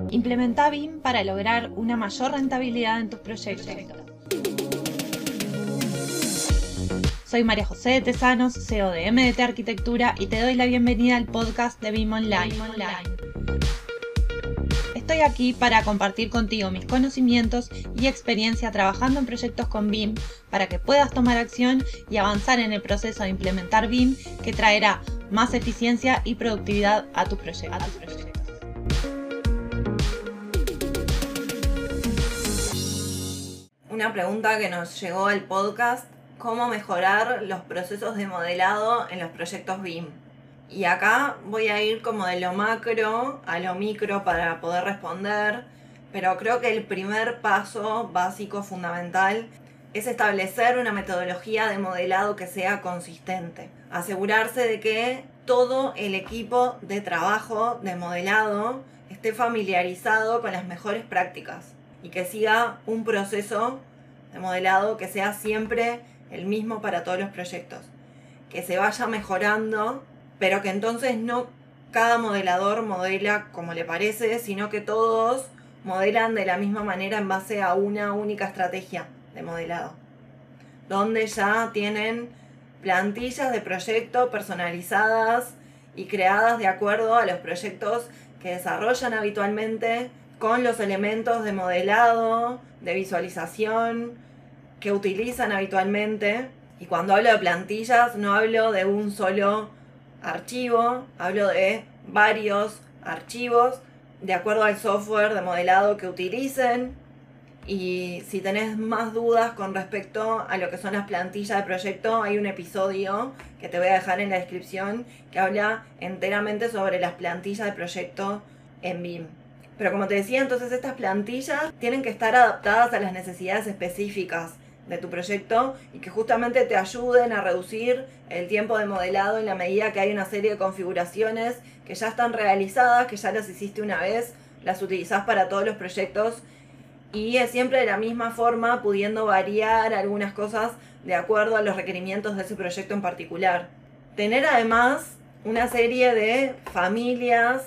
Implementa BIM para lograr una mayor rentabilidad en tus proyectos. Soy María José de Tesanos, CEO de MDT Arquitectura, y te doy la bienvenida al podcast de BIM Online. Estoy aquí para compartir contigo mis conocimientos y experiencia trabajando en proyectos con BIM para que puedas tomar acción y avanzar en el proceso de implementar BIM, que traerá más eficiencia y productividad a tus proyectos. Una pregunta que nos llegó al podcast: ¿cómo mejorar los procesos de modelado en los proyectos BIM? Y acá voy a ir como de lo macro a lo micro para poder responder, pero creo que el primer paso básico, fundamental, es establecer una metodología de modelado que sea consistente. Asegurarse de que todo el equipo de trabajo de modelado esté familiarizado con las mejores prácticas y que siga un proceso de modelado que sea siempre el mismo para todos los proyectos. Que se vaya mejorando, pero que entonces no cada modelador modela como le parece, sino que todos modelan de la misma manera en base a una única estrategia de modelado, donde ya tienen plantillas de proyecto personalizadas y creadas de acuerdo a los proyectos que desarrollan habitualmente, con los elementos de modelado, de visualización que utilizan habitualmente. Y cuando hablo de plantillas, no hablo de un solo archivo, hablo de varios archivos de acuerdo al software de modelado que utilicen. Y si tenés más dudas con respecto a lo que son las plantillas de proyecto, hay un episodio que te voy a dejar en la descripción que habla enteramente sobre las plantillas de proyecto en BIM. Pero como te decía, entonces estas plantillas tienen que estar adaptadas a las necesidades específicas de tu proyecto y que justamente te ayuden a reducir el tiempo de modelado en la medida que hay una serie de configuraciones que ya están realizadas, que ya las hiciste una vez, las utilizás para todos los proyectos, y es siempre de la misma forma, pudiendo variar algunas cosas de acuerdo a los requerimientos de ese proyecto en particular. Tener además una serie de familias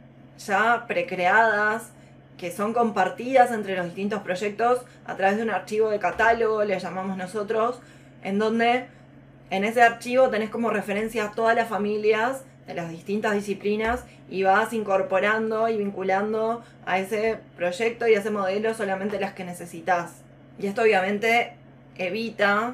ya precreadas que son compartidas entre los distintos proyectos a través de un archivo de catálogo, le llamamos nosotros, en donde en ese archivo tenés como referencia todas las familias de las distintas disciplinas y vas incorporando y vinculando a ese proyecto y a ese modelo solamente las que necesitas. Y esto obviamente evita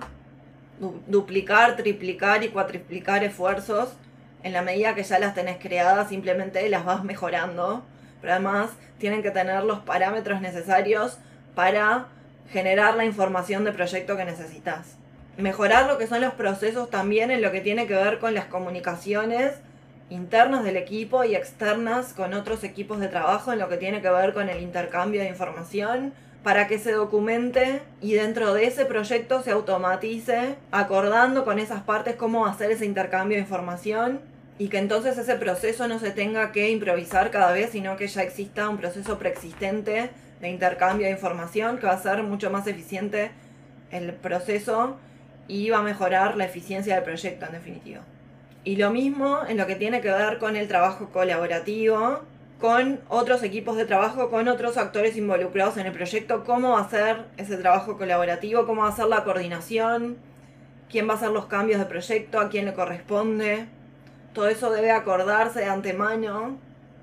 duplicar, triplicar y cuatriplicar esfuerzos. En la medida que ya las tenés creadas, simplemente las vas mejorando, pero además tienen que tener los parámetros necesarios para generar la información de proyecto que necesitas. Mejorar lo que son los procesos también en lo que tiene que ver con las comunicaciones internas del equipo y externas con otros equipos de trabajo, en lo que tiene que ver con el intercambio de información, para que se documente y dentro de ese proyecto se automatice, acordando con esas partes cómo hacer ese intercambio de información, y que entonces ese proceso no se tenga que improvisar cada vez, sino que ya exista un proceso preexistente de intercambio de información que va a ser mucho más eficiente el proceso y va a mejorar la eficiencia del proyecto en definitiva. Y lo mismo en lo que tiene que ver con el trabajo colaborativo, con otros equipos de trabajo, con otros actores involucrados en el proyecto, cómo hacer ese trabajo colaborativo, cómo hacer la coordinación, quién va a hacer los cambios de proyecto, a quién le corresponde. Todo eso debe acordarse de antemano,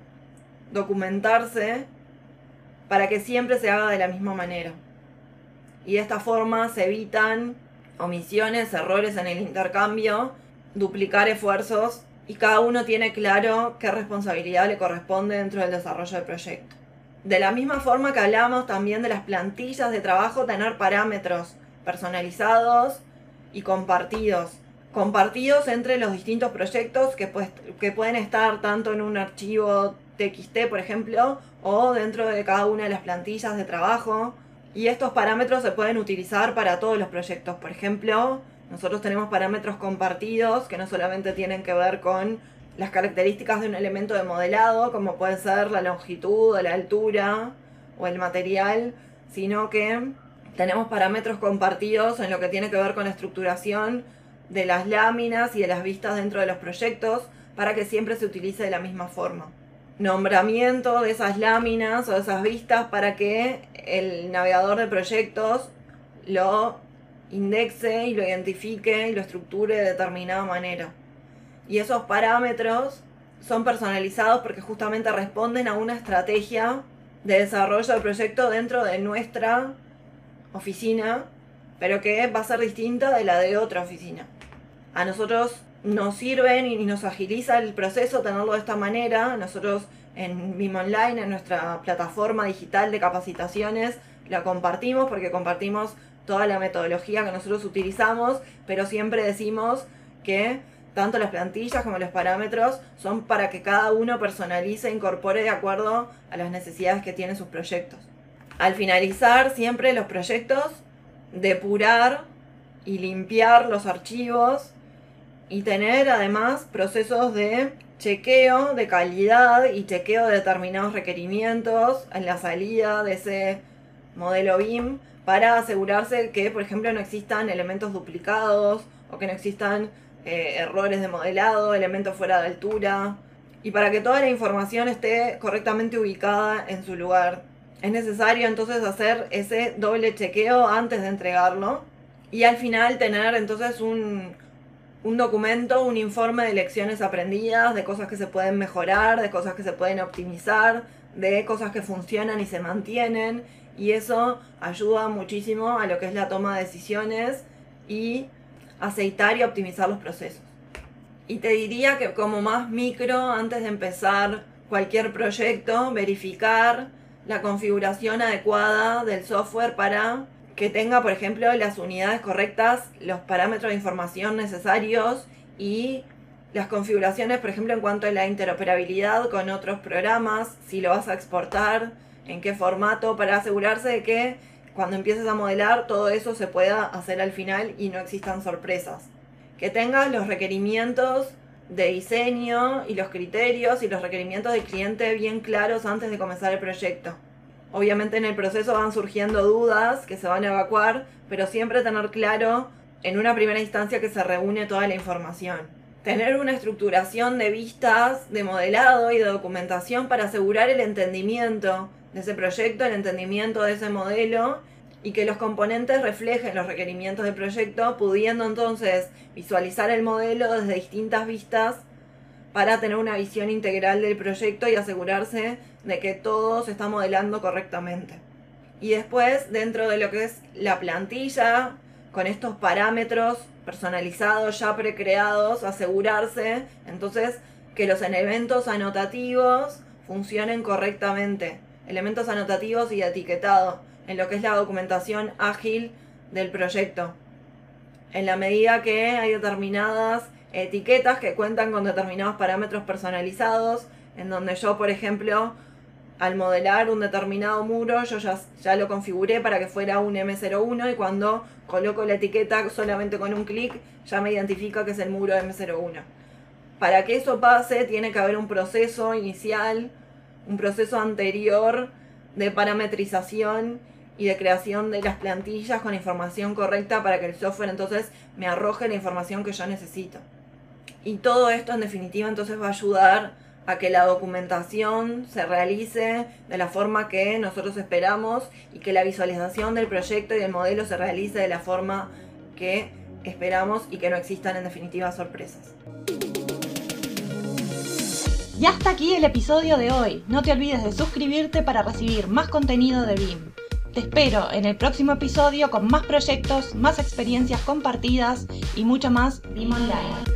documentarse, para que siempre se haga de la misma manera. Y de esta forma se evitan omisiones, errores en el intercambio, duplicar esfuerzos, y cada uno tiene claro qué responsabilidad le corresponde dentro del desarrollo del proyecto. De la misma forma que hablamos también de las plantillas de trabajo, tener parámetros personalizados y compartidos entre los distintos proyectos que pueden estar tanto en un archivo TXT, por ejemplo, o dentro de cada una de las plantillas de trabajo. Y estos parámetros se pueden utilizar para todos los proyectos. Por ejemplo, nosotros tenemos parámetros compartidos que no solamente tienen que ver con las características de un elemento de modelado, como puede ser la longitud, o la altura o el material, sino que tenemos parámetros compartidos en lo que tiene que ver con la estructuración de las láminas y de las vistas dentro de los proyectos, para que siempre se utilice de la misma forma. nombramiento de esas láminas o de esas vistas para que el navegador de proyectos lo indexe y lo identifique y lo estructure de determinada manera. Y esos parámetros son personalizados porque justamente responden a una estrategia de desarrollo del proyecto dentro de nuestra oficina, pero que va a ser distinta de la de otra oficina. A nosotros nos sirven y nos agiliza el proceso tenerlo de esta manera. Nosotros en BIM Online, en nuestra plataforma digital de capacitaciones, la compartimos porque compartimos toda la metodología que nosotros utilizamos, pero siempre decimos que tanto las plantillas como los parámetros son para que cada uno personalice e incorpore de acuerdo a las necesidades que tienen sus proyectos. Al finalizar siempre los proyectos, depurar y limpiar los archivos y tener además procesos de chequeo de calidad y chequeo de determinados requerimientos en la salida de ese modelo BIM para asegurarse que, por ejemplo, no existan elementos duplicados o que no existan errores de modelado, elementos fuera de altura, y para que toda la información esté correctamente ubicada en su lugar. Es necesario entonces hacer ese doble chequeo antes de entregarlo y al final tener entonces un documento, un informe de lecciones aprendidas, de cosas que se pueden mejorar, de cosas que se pueden optimizar, de cosas que funcionan y se mantienen, y eso ayuda muchísimo a lo que es la toma de decisiones y aceitar y optimizar los procesos. Y te diría que como más micro, antes de empezar cualquier proyecto, verificar la configuración adecuada del software para que tenga, por ejemplo, las unidades correctas, los parámetros de información necesarios y las configuraciones, por ejemplo, en cuanto a la interoperabilidad con otros programas, si lo vas a exportar, en qué formato, para asegurarse de que cuando empieces a modelar todo eso se pueda hacer al final y no existan sorpresas. Que tengas los requerimientos de diseño y los criterios y los requerimientos del cliente bien claros antes de comenzar el proyecto. Obviamente en el proceso van surgiendo dudas que se van a evacuar, pero siempre tener claro en una primera instancia que se reúne toda la información. Tener una estructuración de vistas, de modelado y de documentación para asegurar el entendimiento de ese proyecto, el entendimiento de ese modelo y que los componentes reflejen los requerimientos del proyecto, pudiendo entonces visualizar el modelo desde distintas vistas para tener una visión integral del proyecto y asegurarse de que todo se está modelando correctamente. Y después, dentro de lo que es la plantilla, con estos parámetros personalizados ya precreados, asegurarse entonces que los elementos anotativos funcionen correctamente. Elementos anotativos y etiquetado en lo que es la documentación ágil del proyecto. En la medida que hay determinadas etiquetas que cuentan con determinados parámetros personalizados, en donde yo, por ejemplo, al modelar un determinado muro, yo ya lo configuré para que fuera un M01 y cuando coloco la etiqueta solamente con un clic ya me identifica que es el muro M01. Para que eso pase tiene que haber un proceso inicial, un proceso anterior de parametrización y de creación de las plantillas con información correcta para que el software entonces me arroje la información que yo necesito. Y todo esto en definitiva entonces va a ayudar a que la documentación se realice de la forma que nosotros esperamos y que la visualización del proyecto y del modelo se realice de la forma que esperamos y que no existan en definitiva sorpresas. Y hasta aquí el episodio de hoy. No te olvides de suscribirte para recibir más contenido de BIM. Te espero en el próximo episodio con más proyectos, más experiencias compartidas y mucho más BIM Online.